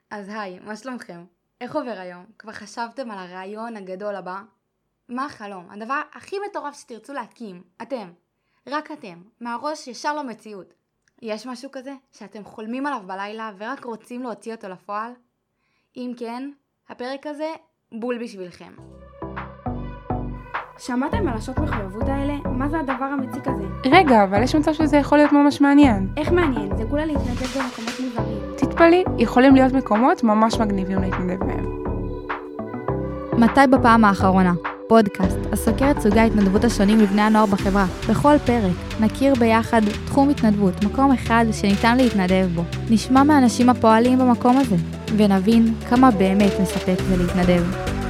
אז היי, מה שלומכם? איך עובר היום? כבר חשבתם על הרעיון הגדול הבא? מה החלום? הדבר הכי מטורף שתרצו להקים, אתם, רק אתם, מהראש ישר למציאות. יש משהו כזה שאתם חולמים עליו בלילה ורק רוצים להוציא אותו לפועל? אם כן, הפרק הזה בול בשבילכם. שמעתם על השעות מחויבות האלה? מה זה הדבר המציק הזה? רגע, אבל יש מצב שזה יכול להיות ממש מעניין. איך מעניין? זה כולה להתנדב במקומות מוזרים. תתפלאי, יכולים להיות מקומות ממש מגניבים להתנדב בהם. מתי בפעם האחרונה? פודקאסט, הסוקר את סוגי ההתנדבות השונים לבני הנוער בחברה. בכל פרק נכיר ביחד תחום התנדבות, מקום אחד שניתן להתנדב בו. נשמע מהאנשים הפועלים במקום הזה, ונבין כמה באמת מספק זה להתנדב.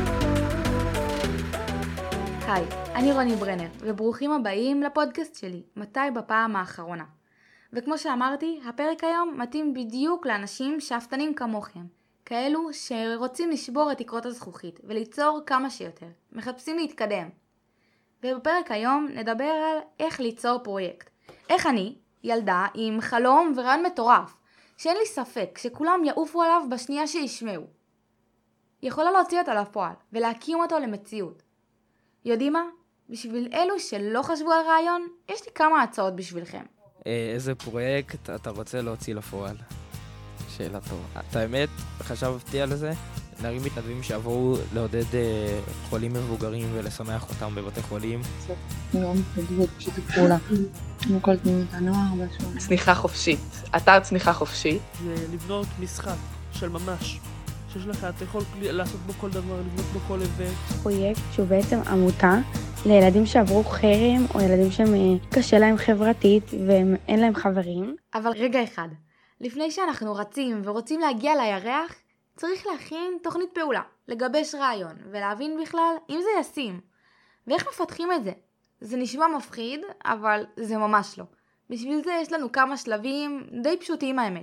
היי, אני רוני ברנר, וברוכים הבאים לפודקאסט שלי, מתי בפעם האחרונה. וכמו שאמרתי, הפרק היום מתאים בדיוק לאנשים שאפתנים כמוכם. כאלו שרוצים לשבור את תקרות הזכוכית וליצור כמה שיותר, מחפשים להתקדם. ובפרק היום נדבר על איך ליצור פרויקט. איך אני, ילדה עם חלום ורעיון מטורף, שאין לי ספק שכולם יעופו עליו בשנייה שישמעו, יכולה להוציא אותו לפועל ולהקים אותו למציאות. יודעים מה? בשביל אלו שלא חשבו על רעיון, יש לי כמה הצעות בשבילכם. איזה פרויקט אתה רוצה להוציא לפועל? שאלה טובה. את האמת, חשבתי על זה, נערים מתנדבים שעברו לעודד חולים מבוגרים ולשמח אותם בבתי חולים. יום התנדבות, שיתוף פעולה. כמו כל תנועות הנוער והשונה. צניחה חופשית, אתר צניחה חופשית. זה לבנות משחק של ממש, שיש לך, אתה יכול לעשות בו כל דבר, לבנות בו כל איבנט. פרויקט שהוא בעצם עמותה לילדים שעברו חרם או ילדים שקשה להם חברתית ואין להם חברים. אבל רגע אחד, לפני שאנחנו רצים ורוצים להגיע לירח, צריך להכין תוכנית פעולה, לגבש רעיון ולהבין בכלל אם זה ישים. ואיך מפתחים את זה? זה נשמע מפחיד, אבל זה ממש לא. בשביל זה יש לנו כמה שלבים די פשוטים האמת.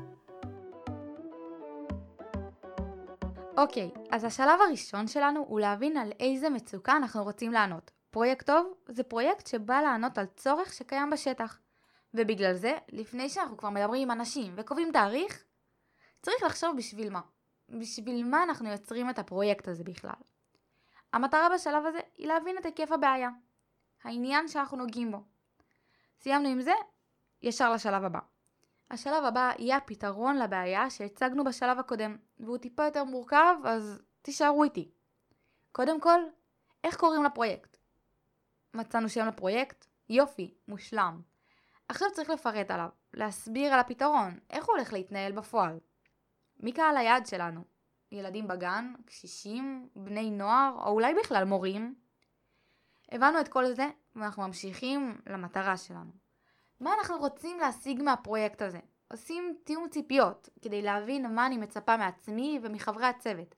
אוקיי, אז השלב הראשון שלנו הוא להבין על איזה מצוקה אנחנו רוצים לענות. פרויקט טוב זה פרויקט שבא לענות על צורך שקיים בשטח. ובגלל זה, לפני שאנחנו כבר מדברים עם אנשים וקובעים תאריך, צריך לחשוב בשביל מה. בשביל מה אנחנו יוצרים את הפרויקט הזה בכלל. המטרה בשלב הזה היא להבין את היקף הבעיה. העניין שאנחנו נוגעים בו. סיימנו עם זה, ישר לשלב הבא. השלב הבא יהיה הפתרון לבעיה שהצגנו בשלב הקודם, והוא טיפה יותר מורכב, אז תישארו איתי. קודם כל, איך קוראים לפרויקט? מצאנו שם לפרויקט? יופי, מושלם. עכשיו צריך לפרט עליו, להסביר על הפתרון, איך הוא הולך להתנהל בפועל. מי קהל היעד שלנו? ילדים בגן, קשישים, בני נוער, או אולי בכלל מורים? הבנו את כל זה, ואנחנו ממשיכים למטרה שלנו. מה אנחנו רוצים להשיג מהפרויקט הזה? עושים תיאום ציפיות, כדי להבין מה אני מצפה מעצמי ומחברי הצוות.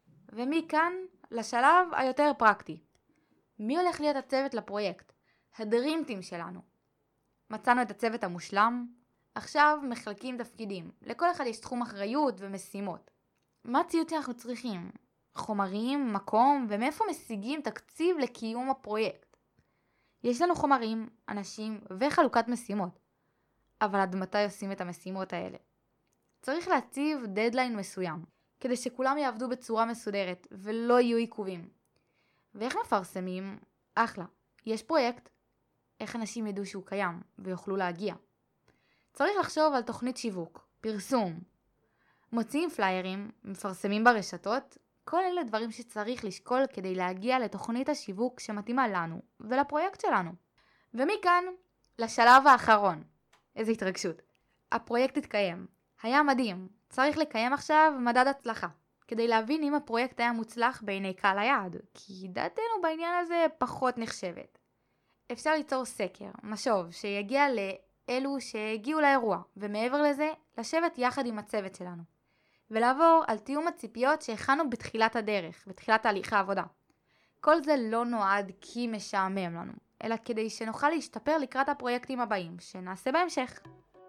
ומכאן לשלב היותר פרקטי. מי הולך להיות הצוות לפרויקט? הדרימטים שלנו. מצאנו את הצוות המושלם, עכשיו מחלקים תפקידים. לכל אחד יש תחום אחריות ומשימות. מה הציוד שאנחנו צריכים? חומרים, מקום, ומאיפה משיגים תקציב לקיום הפרויקט? יש לנו חומרים, אנשים וחלוקת משימות. אבל עד מתי עושים את המשימות האלה? צריך להציב דדליין מסוים, כדי שכולם יעבדו בצורה מסודרת ולא יהיו עיכובים. ואיך מפרסמים? אחלה. יש פרויקט. איך אנשים ידעו שהוא קיים ויוכלו להגיע? צריך לחשוב על תוכנית שיווק, פרסום. מוציאים פליירים, מפרסמים ברשתות, כל אלה דברים שצריך לשקול כדי להגיע לתוכנית השיווק שמתאימה לנו ולפרויקט שלנו. ומכאן לשלב האחרון. איזו התרגשות. הפרויקט התקיים. היה מדהים. צריך לקיים עכשיו מדד הצלחה, כדי להבין אם הפרויקט היה מוצלח בעיני קהל היעד, כי דעתנו בעניין הזה פחות נחשבת. אפשר ליצור סקר, משוב, שיגיע לאלו שהגיעו לאירוע, ומעבר לזה, לשבת יחד עם הצוות שלנו. ולעבור על תיאום הציפיות שהכנו בתחילת הדרך, בתחילת תהליך העבודה. כל זה לא נועד כי משעמם לנו, אלא כדי שנוכל להשתפר לקראת הפרויקטים הבאים, שנעשה בהמשך.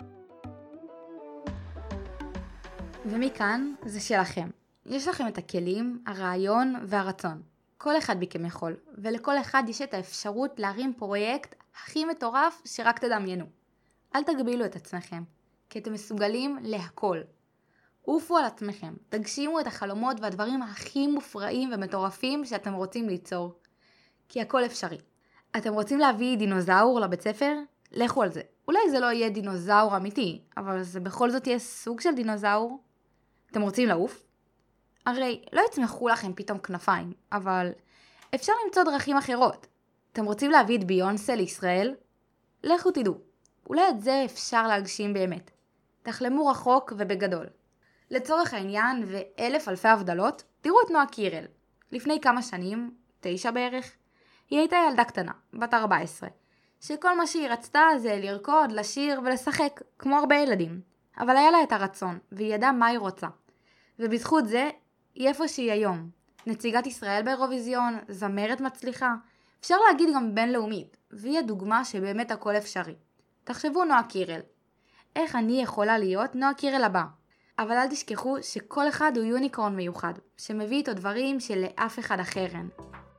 ומכאן זה שלכם. יש לכם את הכלים, הרעיון והרצון. כל אחד מכם יכול, ולכל אחד יש את האפשרות להרים פרויקט הכי מטורף שרק תדמיינו. אל תגבילו את עצמכם, כי אתם מסוגלים להכל. עופו על עצמכם, תגשימו את החלומות והדברים הכי מופרעים ומטורפים שאתם רוצים ליצור. כי הכל אפשרי. אתם רוצים להביא דינוזאור לבית ספר? לכו על זה. אולי זה לא יהיה דינוזאור אמיתי, אבל זה בכל זאת יהיה סוג של דינוזאור. אתם רוצים לעוף? הרי לא יצמחו לכם פתאום כנפיים, אבל אפשר למצוא דרכים אחרות. אתם רוצים להביא את ביונסה לישראל? לכו תדעו. אולי את זה אפשר להגשים באמת. תחלמו רחוק ובגדול. לצורך העניין ואלף אלפי הבדלות, תראו את נועה קירל. לפני כמה שנים, 9 בערך, היא הייתה ילדה קטנה, בת 14, שכל מה שהיא רצתה זה לרקוד, לשיר ולשחק, כמו הרבה ילדים. אבל היה לה את הרצון, והיא ידעה מה היא רוצה. ובזכות זה, היא איפה שהיא היום. נציגת ישראל באירוויזיון, זמרת מצליחה, אפשר להגיד גם בינלאומית, והיא הדוגמה שבאמת הכל אפשרי. תחשבו נועה קירל. איך אני יכולה להיות נועה קירל הבא? אבל אל תשכחו שכל אחד הוא יוניקורן מיוחד, שמביא איתו דברים שלאף אחד אחר אין.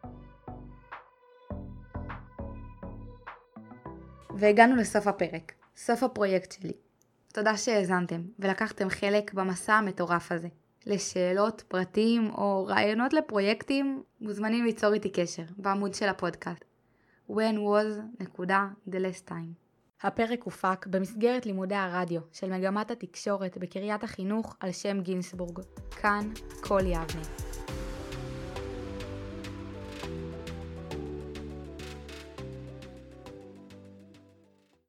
והגענו לסוף הפרק, סוף הפרויקט שלי. תודה שהאזנתם ולקחתם חלק במסע המטורף הזה. לשאלות, פרטים או רעיונות לפרויקטים, מוזמנים ליצור איתי קשר בעמוד של הפודקאסט. whenwas.thelesttime. הפרק הופק במסגרת לימודי הרדיו של מגמת התקשורת בקריית החינוך על שם גינסבורג. כאן כל יבנה.